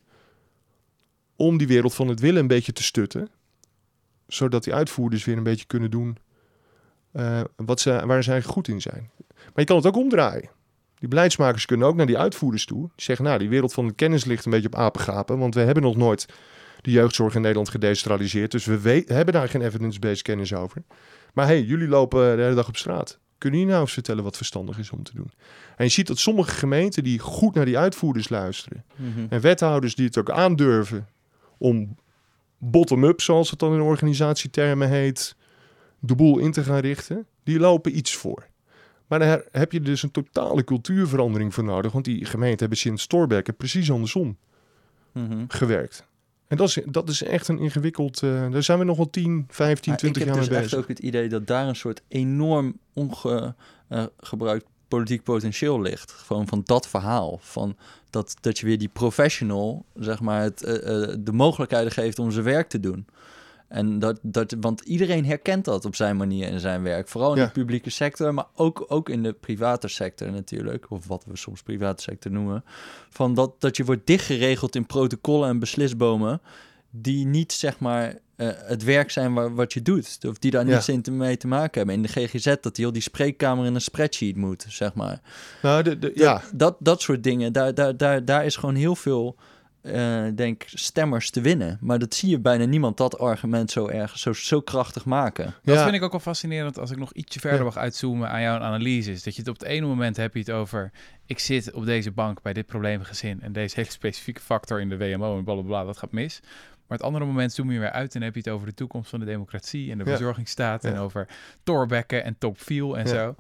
om die wereld van het willen een beetje te stutten. Zodat die uitvoerders weer een beetje kunnen doen waar ze eigenlijk goed in zijn. Maar je kan het ook omdraaien. Die beleidsmakers kunnen ook naar die uitvoerders toe. Die zeggen, nou, die wereld van de kennis ligt een beetje op apengapen, want we hebben nog nooit de jeugdzorg in Nederland gedecentraliseerd. Dus we hebben daar geen evidence-based kennis over. Maar hey, jullie lopen de hele dag op straat. Kunnen jullie nou eens vertellen wat verstandig is om te doen? En je ziet dat sommige gemeenten die goed naar die uitvoerders luisteren. En wethouders die het ook aandurven om bottom-up, zoals het dan in organisatietermen heet, de boel in te gaan richten, die lopen iets voor. Maar daar heb je dus een totale cultuurverandering voor nodig. Want die gemeenten hebben sinds Thorbecke precies andersom gewerkt. En dat is echt een ingewikkeld... daar zijn we nog wel 10, 15, 20 jaar mee bezig. Ik heb dus echt ook het idee dat daar een soort enorm ongebruikt politiek potentieel ligt. Gewoon van dat verhaal. Van dat je weer die professional, zeg maar, de mogelijkheden geeft om zijn werk te doen. En want iedereen herkent dat op zijn manier in zijn werk. Vooral in de publieke sector, maar ook in de private sector natuurlijk. Of wat we soms private sector noemen. Van dat je wordt dichtgeregeld in protocollen en beslisbomen die niet, zeg maar, het werk zijn wat je doet. Of die daar niets mee te maken hebben. In de GGZ dat heel die spreekkamer in een spreadsheet moet, zeg maar. Nou, dat soort dingen. Daar is gewoon heel veel... denk stemmers te winnen. Maar dat zie je bijna niemand dat argument zo krachtig maken. Dat vind ik ook wel fascinerend als ik nog ietsje verder mag uitzoomen aan jouw analyses. Dat je het op het ene moment heb je het over, ik zit op deze bank bij dit probleemgezin en deze hele specifieke factor in de WMO en blablabla, dat gaat mis. Maar het andere moment zoom je weer uit en heb je het over de toekomst van de democratie en de verzorgingsstaat en over Thorbecke en Tocqueville en zo.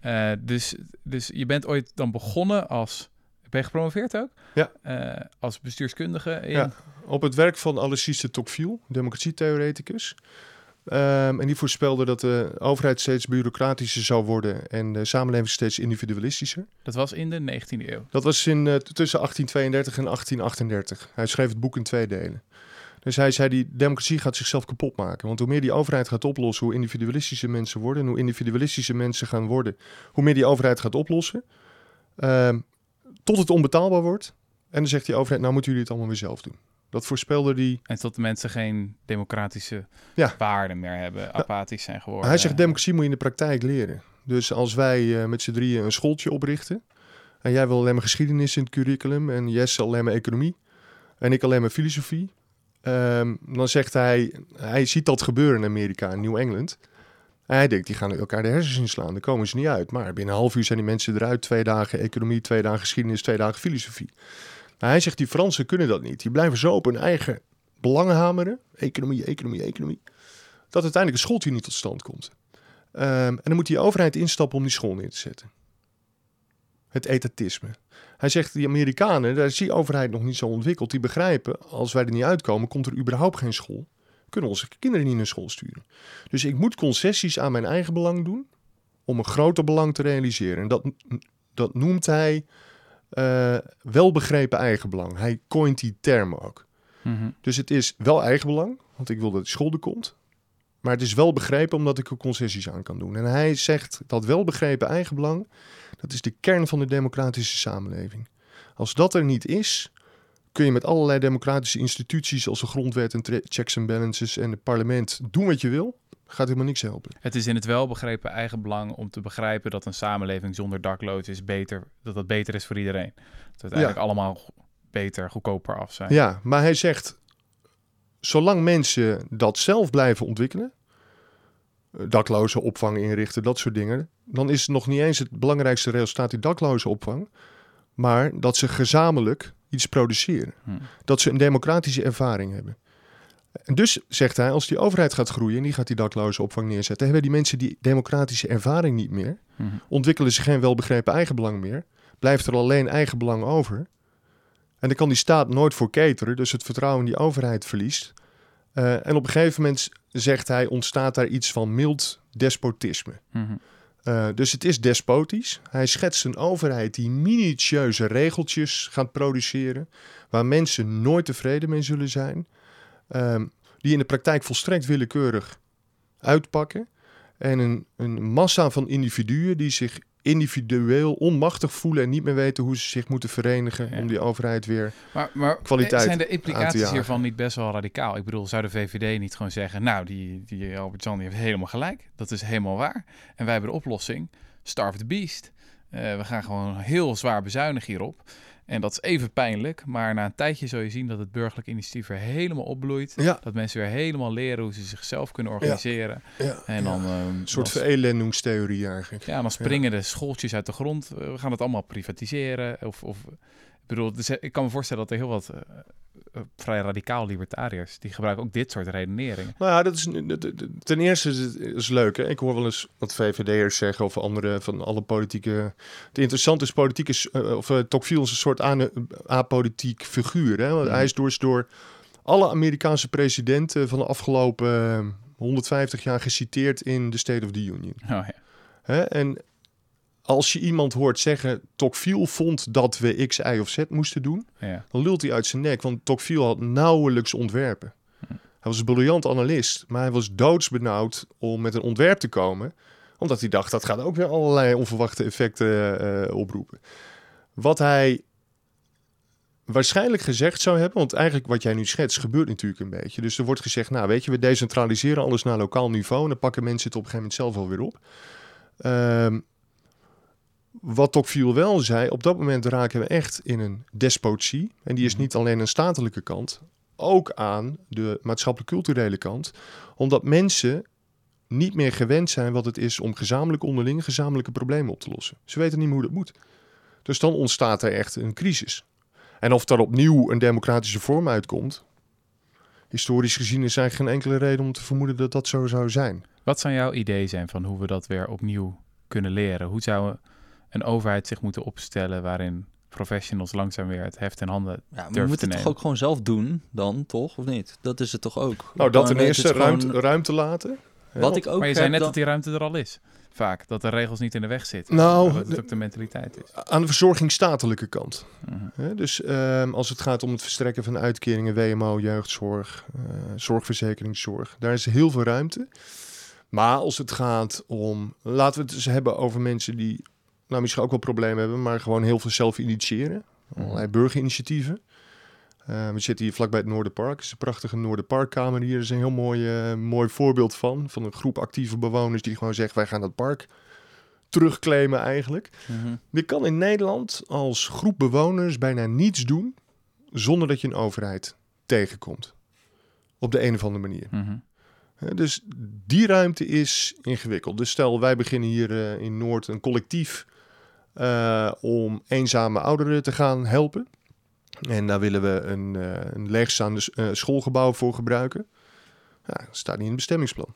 Dus je bent ooit dan begonnen als... Ben je gepromoveerd ook? Ja. Als bestuurskundige? Op het werk van Alexis de Tocqueville, democratietheoreticus. En die voorspelde dat de overheid steeds bureaucratischer zou worden en de samenleving steeds individualistischer. Dat was in de 19e eeuw? Dat was tussen 1832 en 1838. Hij schreef het boek in 2 delen. Dus hij zei, die democratie gaat zichzelf kapot maken. Want hoe meer die overheid gaat oplossen, hoe individualistischer mensen worden. En hoe individualistischer mensen gaan worden, hoe meer die overheid gaat oplossen. Tot het onbetaalbaar wordt. En dan zegt die overheid, nou moeten jullie het allemaal weer zelf doen. Dat voorspelde die... En tot de mensen geen democratische waarden meer hebben, apathisch zijn geworden. Hij zegt, democratie moet je in de praktijk leren. Dus als wij met z'n drieën een schooltje oprichten... en jij wil alleen maar geschiedenis in het curriculum... en Jesse alleen maar economie... en ik alleen maar filosofie... dan zegt hij ziet dat gebeuren in Amerika, in New England... En hij denkt, die gaan elkaar de hersens inslaan. Daar komen ze niet uit. Maar binnen een half uur zijn die mensen eruit. 2 dagen economie, 2 dagen geschiedenis, 2 dagen filosofie. Nou, hij zegt, die Fransen kunnen dat niet. Die blijven zo op hun eigen belangen hameren. Economie. Dat uiteindelijk een schooltje niet tot stand komt. En dan moet die overheid instappen om die school neer te zetten. Het etatisme. Hij zegt, die Amerikanen, daar is die overheid nog niet zo ontwikkeld. Die begrijpen, als wij er niet uitkomen, komt er überhaupt geen school. Kunnen onze kinderen niet naar school sturen. Dus ik moet concessies aan mijn eigen belang doen om een groter belang te realiseren. En dat noemt hij welbegrepen eigenbelang. Hij coint die term ook. Dus het is wel eigenbelang, want ik wil dat de school er komt. Maar het is wel begrepen omdat ik er concessies aan kan doen. En hij zegt dat welbegrepen eigenbelang, dat is de kern van de democratische samenleving. Als dat er niet is, kun je met allerlei democratische instituties als de grondwet en checks and balances en het parlement doen wat je wil, gaat helemaal niks helpen. Het is in het welbegrepen eigenbelang om te begrijpen dat een samenleving zonder daklozen is beter, dat dat beter is voor iedereen. Dat we eigenlijk allemaal beter, goedkoper af zijn. Ja, maar hij zegt, zolang mensen dat zelf blijven ontwikkelen, daklozen opvang inrichten, dat soort dingen, dan is het nog niet eens het belangrijkste resultaat die daklozen opvang, maar dat ze gezamenlijk iets produceren. Dat ze een democratische ervaring hebben. En dus, zegt hij, als die overheid gaat groeien en die gaat die dakloze opvang neerzetten, hebben die mensen die democratische ervaring niet meer, ontwikkelen ze geen welbegrepen eigenbelang meer, blijft er alleen eigenbelang over. En dan kan die staat nooit voor cateren, dus het vertrouwen in die overheid verliest. En op een gegeven moment, zegt hij, ontstaat daar iets van mild despotisme. Dus het is despotisch. Hij schetst een overheid die minutieuze regeltjes gaat produceren, waar mensen nooit tevreden mee zullen zijn, die in de praktijk volstrekt willekeurig uitpakken. En een massa van individuen die zich individueel onmachtig voelen en niet meer weten hoe ze zich moeten verenigen om die overheid weer maar kwaliteit zijn de aan te implicaties jagen. hiervan niet best wel radicaal? Ik bedoel, zou de VVD niet gewoon zeggen, nou, die Albert-Jan heeft helemaal gelijk. Dat is helemaal waar. En wij hebben de oplossing, starve the beast. We gaan gewoon heel zwaar bezuinigen hierop. En dat is even pijnlijk, maar na een tijdje zul je zien dat het burgerlijk initiatief weer helemaal opbloeit. Ja. Dat mensen weer helemaal leren hoe ze zichzelf kunnen organiseren. Ja, En dan, een soort verelendungstheorie eigenlijk. Ja, dan springen de schooltjes uit de grond. We gaan het allemaal privatiseren. Ik bedoel, dus ik kan me voorstellen dat er heel wat vrij radicaal libertariërs, die gebruiken ook dit soort redeneringen. Nou ja, dat is, ten eerste is het leuk. Hè? Ik hoor wel eens wat VVD'ers zeggen of andere van alle politieke. Het interessante is Tocqueville is een soort apolitiek figuur. Hè? Want hij is door alle Amerikaanse presidenten van de afgelopen 150 jaar geciteerd in the State of the Union. Oh, ja. Hè? En als je iemand hoort zeggen, Tocqueville vond dat we X, Y of Z moesten doen, dan lult hij uit zijn nek. Want Tocqueville had nauwelijks ontwerpen. Hij was een briljant analist, maar hij was doodsbenauwd om met een ontwerp te komen, omdat hij dacht, dat gaat ook weer allerlei onverwachte effecten oproepen. Wat hij waarschijnlijk gezegd zou hebben, want eigenlijk wat jij nu schetst gebeurt natuurlijk een beetje. Dus er wordt gezegd, nou weet je, we decentraliseren alles naar lokaal niveau en dan pakken mensen het op een gegeven moment zelf alweer op. Wat Tocqueville wel zei, op dat moment raken we echt in een despotie. En die is niet alleen een statelijke kant, ook aan de maatschappelijk-culturele kant. Omdat mensen niet meer gewend zijn wat het is om gezamenlijk onderling gezamenlijke problemen op te lossen. Ze weten niet meer hoe dat moet. Dus dan ontstaat er echt een crisis. En of daar opnieuw een democratische vorm uitkomt, historisch gezien is eigenlijk geen enkele reden om te vermoeden dat dat zo zou zijn. Wat zou jouw idee zijn van hoe we dat weer opnieuw kunnen leren? Hoe zou een overheid zich moeten opstellen waarin professionals langzaam weer het heft in handen durven we moeten te het toch ook gewoon zelf doen dan, toch? Of niet? Dat is het toch ook? Nou, dat ten Dan eerste het gewoon ruimte laten. Wat ik ook maar je zei heb net dan- dat die ruimte er al is. Vaak, dat de regels niet in de weg zitten. Nou, dat het ook de mentaliteit is. Aan de verzorgingsstatelijke kant. Dus als het gaat om het verstrekken van uitkeringen, WMO, jeugdzorg, zorgverzekeringszorg, daar is heel veel ruimte. Maar als het gaat om, laten we het eens hebben over mensen die misschien ook wel problemen hebben, maar gewoon heel veel zelf initiëren. Allerlei burgerinitiatieven. We zitten hier vlakbij het Noorderpark. Het is een prachtige Noorderparkkamer hier. Dat is een heel mooi voorbeeld van een groep actieve bewoners die gewoon zeggen, wij gaan dat park terugclaimen eigenlijk. Je kan in Nederland als groep bewoners bijna niets doen zonder dat je een overheid tegenkomt. Op de een of andere manier. Dus die ruimte is ingewikkeld. Dus stel, wij beginnen hier in Noord een collectief om eenzame ouderen te gaan helpen. En daar willen we een leegstaande schoolgebouw voor gebruiken. Ja, dat staat niet in het bestemmingsplan.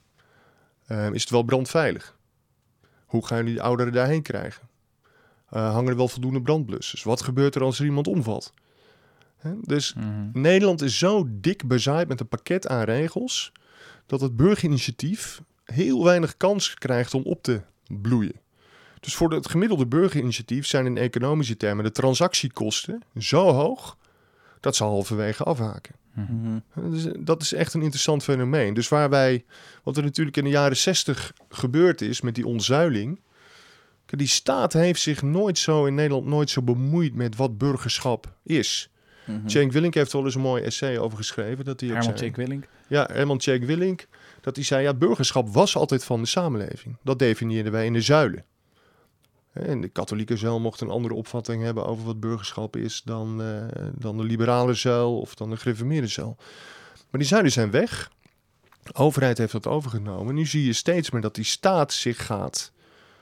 Is het wel brandveilig? Hoe gaan jullie die ouderen daarheen krijgen? Hangen er wel voldoende brandblussers? Wat gebeurt er als er iemand omvalt? Dus Nederland is zo dik bezaaid met een pakket aan regels dat het burgerinitiatief heel weinig kans krijgt om op te bloeien. Dus voor het gemiddelde burgerinitiatief zijn in economische termen de transactiekosten zo hoog dat ze halverwege afhaken. Dus dat is echt een interessant fenomeen. Dus wat er natuurlijk in de jaren 60 gebeurd is met die ontzuiling, die staat heeft zich in Nederland nooit zo bemoeid met wat burgerschap is. Cenk Willink heeft er wel eens een mooi essay over geschreven. Herman Tjeek Willink. Ja, Herman Tjeek Willink. Dat hij zei, burgerschap was altijd van de samenleving. Dat definieerden wij in de zuilen. En de katholieke zuil mocht een andere opvatting hebben over wat burgerschap is dan de liberale zuil of dan de gereformeerde zuil. Maar die zuilen zijn weg. De overheid heeft dat overgenomen. Nu zie je steeds meer dat die staat zich gaat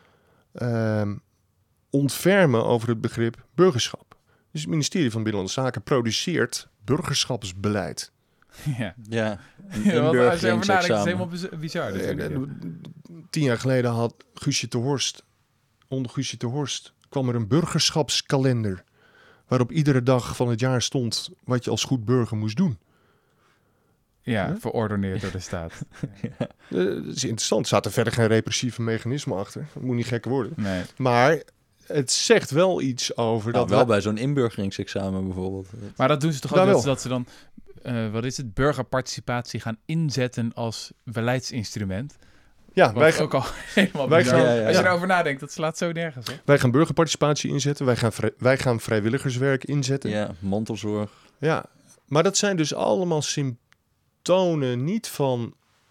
ontfermen over het begrip burgerschap. Dus het ministerie van Binnenlandse Zaken produceert burgerschapsbeleid. Ja, een als je over nadenkt, is inburgeringsexamen. helemaal bizar. 10 jaar geleden had onder Guusje ter Horst kwam er een burgerschapskalender waarop iedere dag van het jaar stond wat je als goed burger moest doen. verordoneerd door de staat. Dat is interessant. Staat er verder geen repressieve mechanisme achter. Dat moet niet gek worden. Nee. Maar het zegt wel iets over dat... wel bij zo'n inburgeringsexamen bijvoorbeeld. Maar dat doen ze toch Daar ook wel. dat ze dan... burgerparticipatie gaan inzetten als beleidsinstrument. Ja, Wat ook al helemaal wij bizar. gaan- Als je ja. erover nadenkt, dat slaat zo nergens op. wij gaan burgerparticipatie inzetten. Wij gaan vrijwilligerswerk inzetten. Ja, mantelzorg. Ja, maar dat zijn dus allemaal symptomen niet van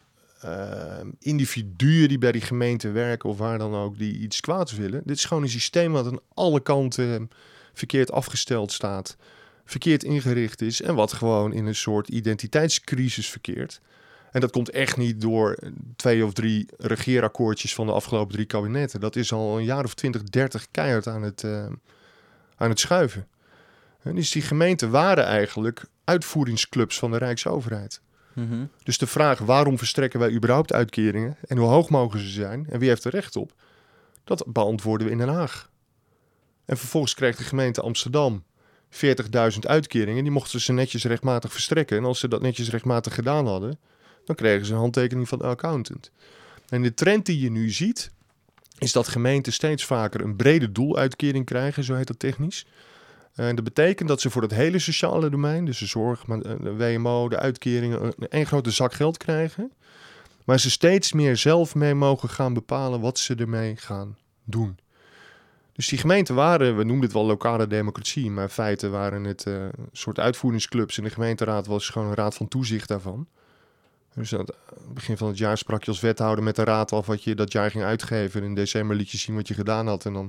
individuen die bij die gemeente werken of waar dan ook, die iets kwaads willen. Dit is gewoon een systeem wat aan alle kanten verkeerd afgesteld staat, verkeerd ingericht is en wat gewoon in een soort identiteitscrisis verkeert. En dat komt echt niet door 2 of 3 regeerakkoordjes van de afgelopen 3 kabinetten. Dat is al een jaar of 20, 30 keihard aan het schuiven. En dus die gemeenten waren eigenlijk uitvoeringsclubs van de Rijksoverheid. Mhm. Dus de vraag waarom verstrekken wij überhaupt uitkeringen en hoe hoog mogen ze zijn en wie heeft er recht op, dat beantwoorden we in Den Haag. En vervolgens kreeg de gemeente Amsterdam 40.000 uitkeringen. Die mochten ze netjes rechtmatig verstrekken. En als ze dat netjes rechtmatig gedaan hadden, dan kregen ze een handtekening van de accountant. En de trend die je nu ziet, is dat gemeenten steeds vaker een brede doeluitkering krijgen, zo heet dat technisch. En dat betekent dat ze voor het hele sociale domein, dus de zorg, de WMO, de uitkeringen, een grote zak geld krijgen. Maar ze steeds meer zelf mee mogen gaan bepalen wat ze ermee gaan doen. Dus die gemeenten waren, we noemden het wel lokale democratie, maar in feite waren het een soort uitvoeringsclubs. En de gemeenteraad was gewoon een raad van toezicht daarvan. Dus aan het begin van het jaar sprak je als wethouder met de raad af wat je dat jaar ging uitgeven. En in december liet je zien wat je gedaan had en dan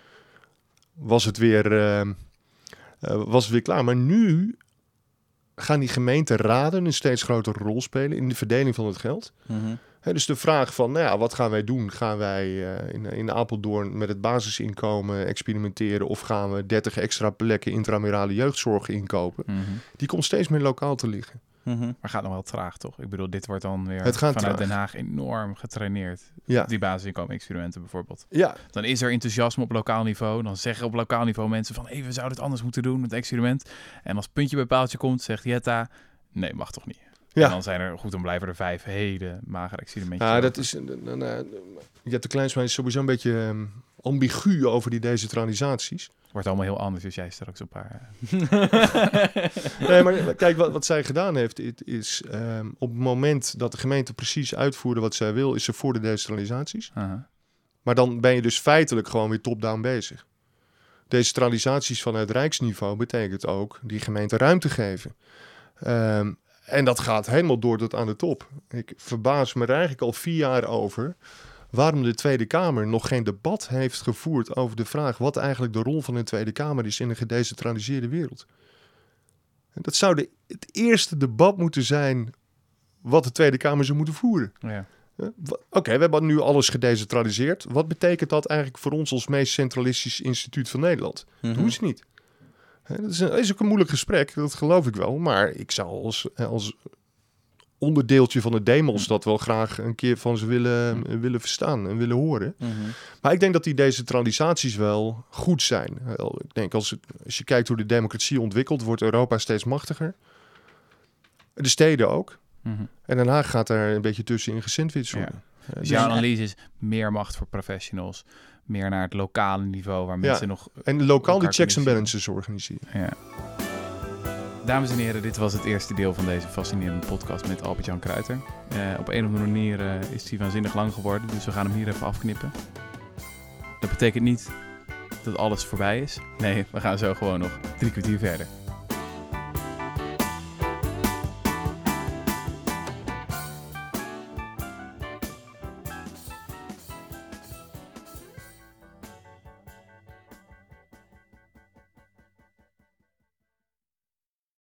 was het weer klaar. Maar nu gaan die gemeenteraden een steeds grotere rol spelen in de verdeling van het geld. Mhm. Dus de vraag van, nou ja, wat gaan wij doen? Gaan wij in Apeldoorn met het basisinkomen experimenteren of gaan we 30 extra plekken intramurale jeugdzorg inkopen? Mhm. Die komt steeds meer lokaal te liggen. Mhm. Maar gaat nog wel traag, toch? Ik bedoel, dit wordt dan weer Het gaat vanuit traag. Den Haag enorm getraineerd. Ja. Die basisinkomen-experimenten bijvoorbeeld. Ja, Dan is er enthousiasme op lokaal niveau. Dan zeggen op lokaal niveau mensen van... we zouden het anders moeten doen, het experiment. En als puntje bij paaltje komt, zegt Jetta... nee, mag toch niet. Ja. En dan zijn er, goed, dan blijven er 5 hele magere experimentjes. ja over. dat is. Jette Kleinsma is sowieso een beetje ambigu over die decentralisaties. Wordt allemaal heel anders als jij straks op haar... Nee, maar kijk, wat zij gedaan heeft, is op het moment dat de gemeente precies uitvoerde wat zij wil, is ze voor de decentralisaties. Aha. Maar dan ben je dus feitelijk gewoon weer top-down bezig. Decentralisaties vanuit rijksniveau betekent ook die gemeente ruimte geven. En dat gaat helemaal door tot aan de top. Ik verbaas me er eigenlijk al 4 jaar over waarom de Tweede Kamer nog geen debat heeft gevoerd over de vraag wat eigenlijk de rol van een Tweede Kamer is in een gedecentraliseerde wereld. En dat zou het eerste debat moeten zijn wat de Tweede Kamer zou moeten voeren. Ja. Oké, we hebben nu alles gedecentraliseerd. Wat betekent dat eigenlijk voor ons als meest centralistisch instituut van Nederland? Mhm. Doen ze niet. Dat is ook een moeilijk gesprek, dat geloof ik wel. Maar ik zou als onderdeeltje van de demos dat wel graag een keer van ze willen verstaan en willen horen. Mhm. Maar ik denk dat die decentralisaties wel goed zijn. Ik denk als je kijkt hoe de democratie ontwikkelt, wordt Europa steeds machtiger. De steden ook. Mhm. En Den Haag gaat daar een beetje tussenin gesandwiched worden. Dus jouw analyse is meer macht voor professionals. Meer naar het lokale niveau waar mensen nog... En lokaal die elkaar checks en kunnen balances organiseren. Ja. Dames en heren, dit was het eerste deel van deze fascinerende podcast met Albert-Jan Kruijter. Op een of andere manier is hij waanzinnig lang geworden, dus we gaan hem hier even afknippen. Dat betekent niet dat alles voorbij is. Nee, we gaan zo gewoon nog 3 kwartier verder.